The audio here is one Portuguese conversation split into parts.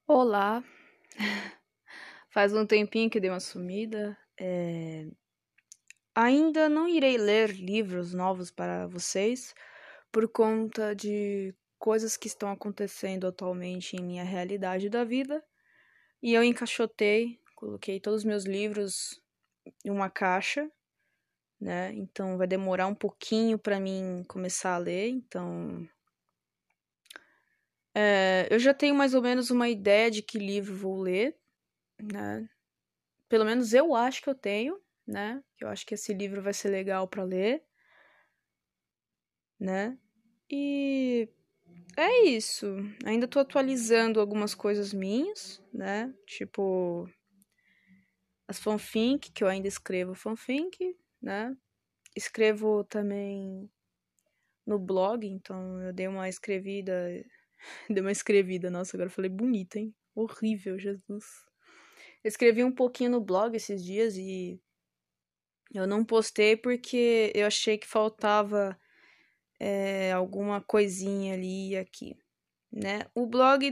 Olá, faz um tempinho que dei uma sumida. Ainda não irei ler livros novos para vocês por conta de coisas que estão acontecendo atualmente em minha realidade da vida. E eu encaixotei, coloquei todos os meus livros em uma caixa, né? Então vai demorar um pouquinho para mim começar a ler. Então, eu já tenho mais ou menos uma ideia de que livro vou ler, né? Pelo menos eu acho que eu tenho, né? Eu acho que esse livro vai ser legal para ler, né? E é isso. Ainda tô atualizando algumas coisas minhas, né? Tipo as fanfic, que eu ainda escrevo fanfic, né? Escrevo também no blog, então eu dei uma escrevida, nossa, agora eu falei bonita, hein? Horrível, Jesus. Escrevi um pouquinho no blog esses dias e eu não postei porque eu achei que faltava alguma coisinha ali e aqui, né? O blog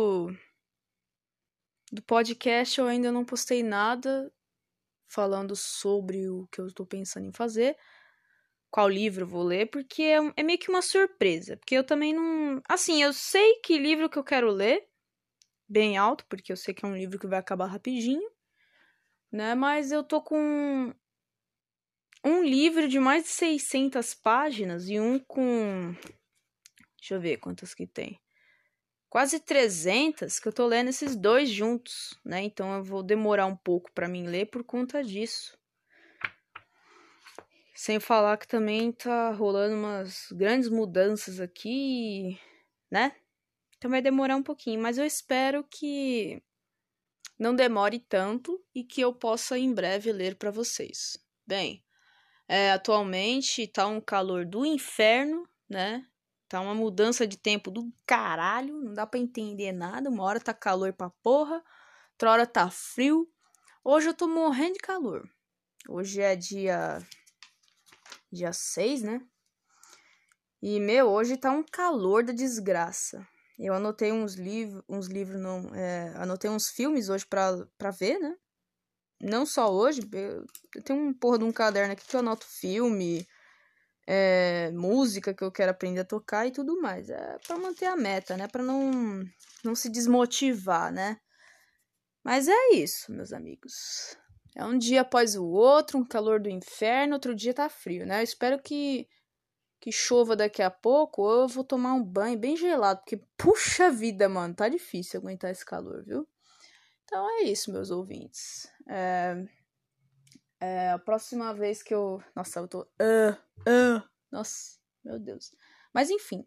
do podcast eu ainda não postei nada falando sobre o que eu estou pensando em fazer, qual livro eu vou ler, porque é meio que uma surpresa, porque eu também não... Assim, eu sei que livro que eu quero ler, bem alto, porque eu sei que é um livro que vai acabar rapidinho, né? Mas eu tô com um livro de mais de 600 páginas e um com... Deixa eu ver quantas que tem. Quase 300 que eu tô lendo esses dois juntos, né? Então eu vou demorar um pouco para mim ler por conta disso. Sem falar que também tá rolando umas grandes mudanças aqui, né? Então vai demorar um pouquinho, mas eu espero que não demore tanto e que eu possa em breve ler para vocês. Bem, atualmente tá um calor do inferno, né? Tá uma mudança de tempo do caralho, não dá pra entender nada. Uma hora tá calor pra porra, outra hora tá frio. Hoje eu tô morrendo de calor. Hoje é dia 6, né? E, hoje tá um calor da desgraça. Eu anotei uns livros não, anotei uns filmes hoje pra ver, né? Não só hoje, eu tenho um porra de um caderno aqui que eu anoto filme, música que eu quero aprender a tocar e tudo mais. É pra manter a meta, né? Pra não se desmotivar, né? Mas é isso, meus amigos. É um dia após o outro, um calor do inferno, outro dia tá frio, né? Eu espero que chova daqui a pouco, ou eu vou tomar um banho bem gelado, porque, puxa vida, mano, tá difícil aguentar esse calor, viu? Então é isso, meus ouvintes. A próxima vez que eu... Nossa, eu tô... Nossa, meu Deus. Mas enfim,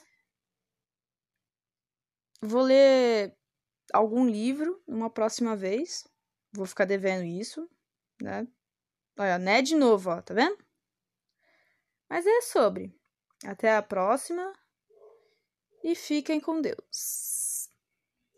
vou ler algum livro uma próxima vez. Vou ficar devendo isso, né? Olha, né de novo, ó, tá vendo? Mas é sobre. Até a próxima e fiquem com Deus.